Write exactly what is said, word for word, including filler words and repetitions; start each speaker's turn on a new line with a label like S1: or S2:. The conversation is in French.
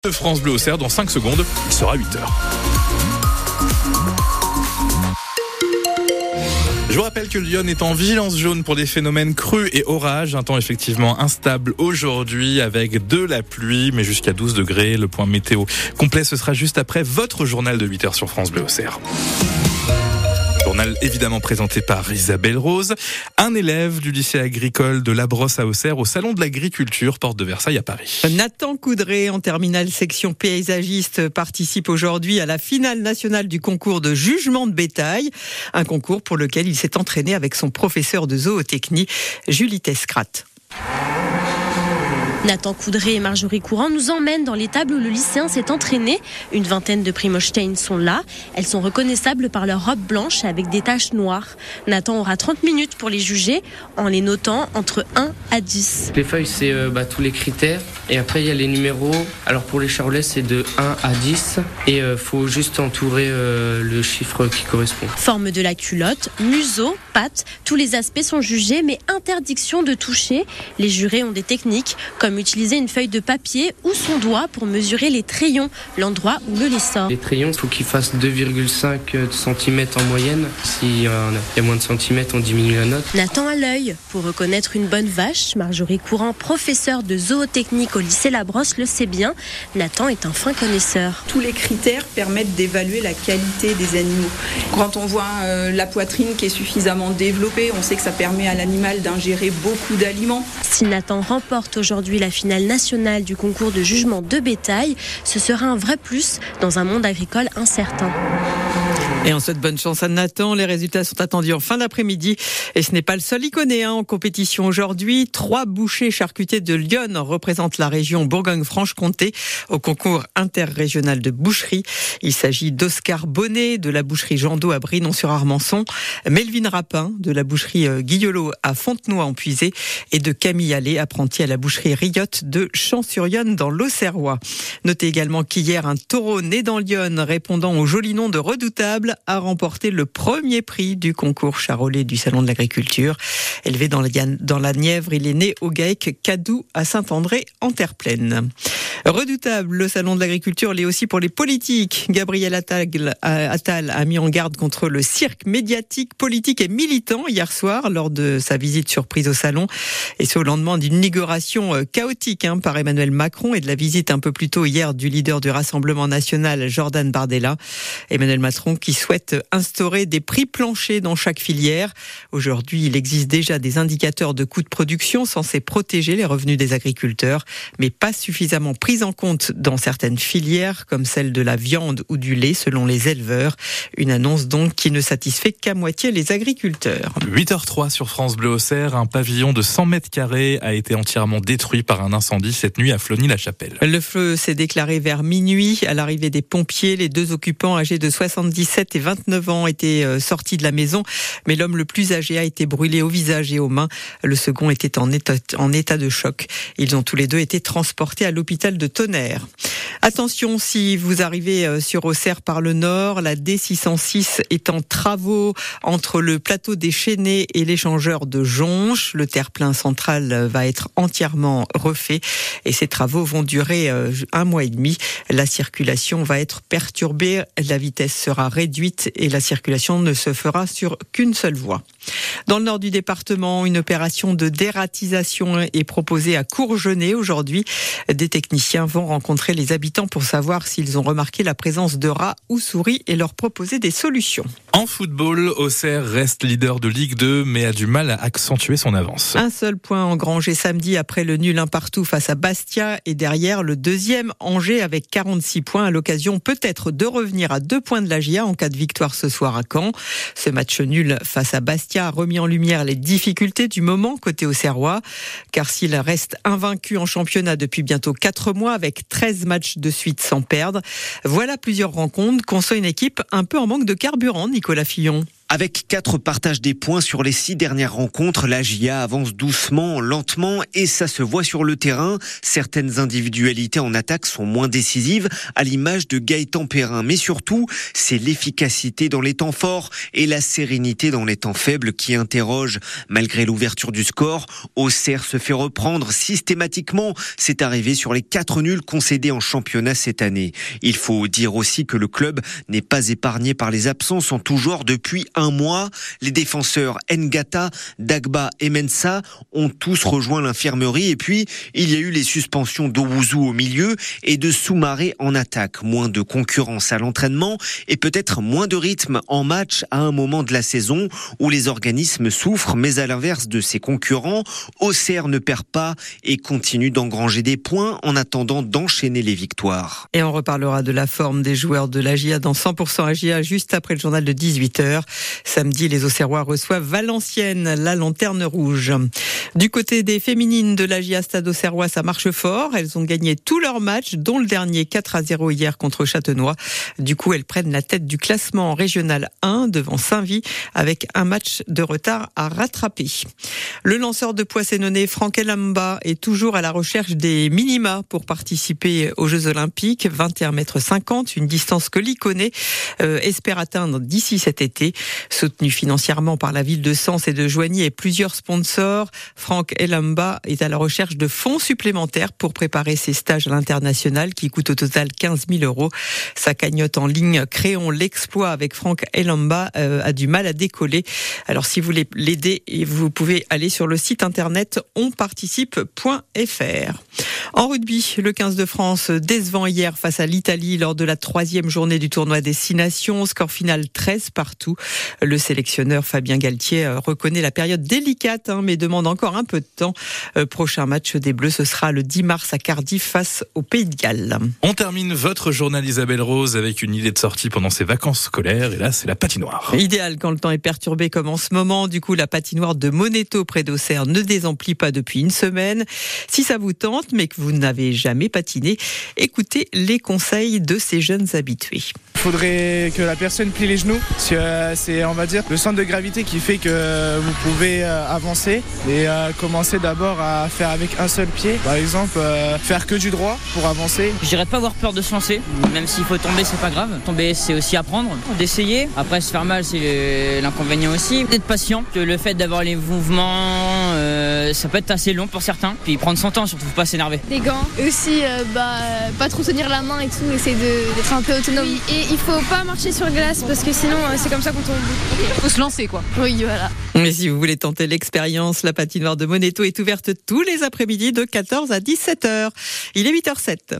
S1: De France Bleu Auxerre, dans cinq secondes, il sera huit heures. Je vous rappelle que Lyon est en vigilance jaune pour des phénomènes crus et orages. Un temps effectivement instable aujourd'hui avec de la pluie, mais jusqu'à douze degrés. Le point météo complet, ce sera juste après votre journal de huit heures sur France Bleu Auxerre. Journal évidemment présenté par Isabelle Rose, un élève du lycée agricole de La Brosse à Auxerre au Salon de l'Agriculture, porte de Versailles à Paris.
S2: Nathan Coudray, en terminale section paysagiste, participe aujourd'hui à la finale nationale du concours de jugement de bétail, un concours pour lequel il s'est entraîné avec son professeur de zootechnie, Julie Tescrat.
S3: Nathan Coudray et Marjorie Courant nous emmènent dans l'étable où le lycéen s'est entraîné. Une vingtaine de Primostein sont là. Elles sont reconnaissables par leur robe blanche avec des taches noires. Nathan aura trente minutes pour les juger en les notant entre un à dix.
S4: Les feuilles, c'est euh, bah, tous les critères. Et après, il y a les numéros. Alors pour les charolais, c'est de un à dix. Et il euh, faut juste entourer euh, le chiffre qui correspond.
S3: Forme de la culotte, museau, pattes, tous les aspects sont jugés, mais interdiction de toucher. Les jurés ont des techniques comme utiliser une feuille de papier ou son doigt pour mesurer les trayons, l'endroit où le lait sort.
S4: Les trayons, il faut qu'ils fassent deux virgule cinq centimètres en moyenne. S'il y a moins de centimètres, on diminue la note.
S3: Nathan a l'œil pour reconnaître une bonne vache. Marjorie Courant, professeure de zootechnique au lycée La Brosse, le sait bien. Nathan est un fin connaisseur.
S5: Tous les critères permettent d'évaluer la qualité des animaux. Quand on voit euh, la poitrine qui est suffisamment développée, on sait que ça permet à l'animal d'ingérer beaucoup d'aliments.
S3: Si Nathan remporte aujourd'hui la finale nationale du concours de jugement de bétail, ce sera un vrai plus dans un monde agricole incertain.
S2: Et on souhaite bonne chance à Nathan. Les résultats sont attendus en fin d'après-midi. Et ce n'est pas le seul iconé en compétition aujourd'hui. Trois bouchers charcutiers de Lyon représentent la région Bourgogne-Franche-Comté au concours interrégional de boucherie. Il s'agit d'Oscar Bonnet de la boucherie Jandot à Brinon-sur-Armançon, Melvin Rapin de la boucherie Guillolot à Fontenoy-en-Puisé et de Camille Allais, apprenti à la boucherie Riotte de Champs-sur-Yonne dans l'Auxerrois. Notez également qu'hier, un taureau né dans Lyon répondant au joli nom de Redoutable a remporté le premier prix du concours charolais du Salon de l'Agriculture. Élevé dans la, dans la Nièvre, il est né au GAEC Cadou à Saint-André en Terre-Pleine. Redoutable, le Salon de l'Agriculture l'est aussi pour les politiques. Gabriel Attal, Attal a mis en garde contre le cirque médiatique, politique et militant hier soir lors de sa visite surprise au Salon. Et ce au lendemain d'une inauguration chaotique hein, par Emmanuel Macron et de la visite un peu plus tôt hier du leader du Rassemblement national, Jordan Bardella. Emmanuel Macron qui souhaite instaurer des prix planchers dans chaque filière. Aujourd'hui, il existe déjà des indicateurs de coûts de production censés protéger les revenus des agriculteurs, mais pas suffisamment pris en compte dans certaines filières, comme celle de la viande ou du lait, selon les éleveurs. Une annonce donc qui ne satisfait qu'à moitié les agriculteurs.
S1: huit heures zéro trois sur France Bleu Auxerre, un pavillon de cent mètres carrés a été entièrement détruit par un incendie cette nuit à Flony-la-Chapelle.
S2: Le feu s'est déclaré vers minuit. À l'arrivée des pompiers, les deux occupants âgés de soixante-dix-sept et vingt-neuf ans étaient sortis de la maison, mais l'homme le plus âgé a été brûlé au visage et aux mains. Le second était en état, en état de choc. Ils ont tous les deux été transportés à l'hôpital de Tonnerre. Attention, si vous arrivez sur Auxerre par le nord, la D six cent six est en travaux entre le plateau des Chênaies et l'échangeur de Jonche. Le terre-plein central va être entièrement refait et ces travaux vont durer un mois et demi. La circulation va être perturbée, la vitesse sera réduite et la circulation ne se fera sur qu'une seule voie. Dans le nord du département, une opération de dératisation est proposée à Courgenay aujourd'hui. Des techniciens vont rencontrer les habitants pour savoir s'ils ont remarqué la présence de rats ou souris et leur proposer des solutions.
S1: En football, Auxerre reste leader de Ligue deux, mais a du mal à accentuer son avance.
S2: Un seul point engrangé samedi après le nul un partout face à Bastia et derrière le deuxième Angers avec quarante-six points à l'occasion peut-être de revenir à deux points de la G I A en cas de victoire ce soir à Caen. Ce match nul face à Bastia a remis en lumière les difficultés du moment côté auxerrois, car s'il reste invaincu en championnat depuis bientôt quatre mois avec treize matchs de suite sans perdre, voilà plusieurs rencontres qu'on sent une équipe un peu en manque de carburant, Nicolas Fillon.
S6: Avec quatre partages des points sur les six dernières rencontres, la J A avance doucement, lentement et ça se voit sur le terrain. Certaines individualités en attaque sont moins décisives, à l'image de Gaëtan Perrin. Mais surtout, c'est l'efficacité dans les temps forts et la sérénité dans les temps faibles qui interrogent. Malgré l'ouverture du score, Auxerre se fait reprendre systématiquement. C'est arrivé sur les quatre nuls concédés en championnat cette année. Il faut dire aussi que le club n'est pas épargné par les absences en tout genre depuis un mois. Les défenseurs Ngata, Dagba et Mensah ont tous rejoint l'infirmerie et puis il y a eu les suspensions d'Owuzu au milieu et de Soumaré en attaque. Moins de concurrence à l'entraînement et peut-être moins de rythme en match à un moment de la saison où les organismes souffrent, mais à l'inverse de ses concurrents, Auxerre ne perd pas et continue d'engranger des points en attendant d'enchaîner les victoires.
S2: Et on reparlera de la forme des joueurs de l'A J A dans cent pour cent A J A juste après le journal de dix-huit heures. Samedi, les Auxerrois reçoivent Valenciennes, la lanterne rouge. Du côté des féminines de l'A J A Stade Auxerrois, ça marche fort. Elles ont gagné tous leurs matchs, dont le dernier quatre à zéro hier contre Châtenois. Du coup, elles prennent la tête du classement en régional un devant Saint-Vit avec un match de retard à rattraper. Le lanceur de poids sénonais Franck Elamba est toujours à la recherche des minima pour participer aux Jeux Olympiques. vingt et un mètres cinquante, une distance que l'Iconé euh, espère atteindre d'ici cet été. Soutenu financièrement par la ville de Sens et de Joigny et plusieurs sponsors, Franck Elamba est à la recherche de fonds supplémentaires pour préparer ses stages à l'international qui coûtent au total quinze mille euros. Sa cagnotte en ligne Créons l'exploit avec Franck Elamba euh, a du mal à décoller. Alors si vous voulez l'aider, vous pouvez aller sur le site internet onparticipe point f r. En rugby, le quinze de France décevant hier face à l'Italie lors de la troisième journée du tournoi Destination. Score final treize partout. Le sélectionneur Fabien Galtier reconnaît la période délicate, hein, mais demande encore un peu de temps. Euh, prochain match des Bleus, ce sera le dix mars à Cardiff face au Pays de Galles.
S1: On termine votre journal Isabelle Rose avec une idée de sortie pendant ses vacances scolaires et là c'est la patinoire.
S2: Idéal quand le temps est perturbé comme en ce moment. Du coup, la patinoire de Moneto près d'Auxerre ne désemplit pas depuis une semaine. Si ça vous tente, mais que vous n'avez jamais patiné, écoutez les conseils de ces jeunes habitués.
S7: Il faudrait que la personne plie les genoux, parce que c'est, on va dire, le centre de gravité qui fait que vous pouvez avancer et commencer d'abord à faire avec un seul pied. Par exemple, faire que du droit pour avancer.
S8: Je dirais de pas avoir peur de se lancer, même s'il faut tomber, c'est pas grave. Tomber, c'est aussi apprendre, d'essayer. Après, se faire mal, c'est l'inconvénient aussi. D'être patient, le fait d'avoir les mouvements, euh, ça peut être assez long pour certains. Puis prendre son temps, surtout faut pas s'énerver.
S9: Des gants, et aussi euh, bah, pas trop tenir la main et tout, essayer de, d'être un peu autonome. Oui, et il faut pas marcher sur glace parce que sinon euh, c'est comme ça qu'on tombe.
S10: Il faut se lancer quoi.
S9: Oui, voilà.
S2: Mais si vous voulez tenter l'expérience, la patinoire de Moneto est ouverte tous les après-midi de quatorze à dix-sept heures. Il est huit heures zéro sept.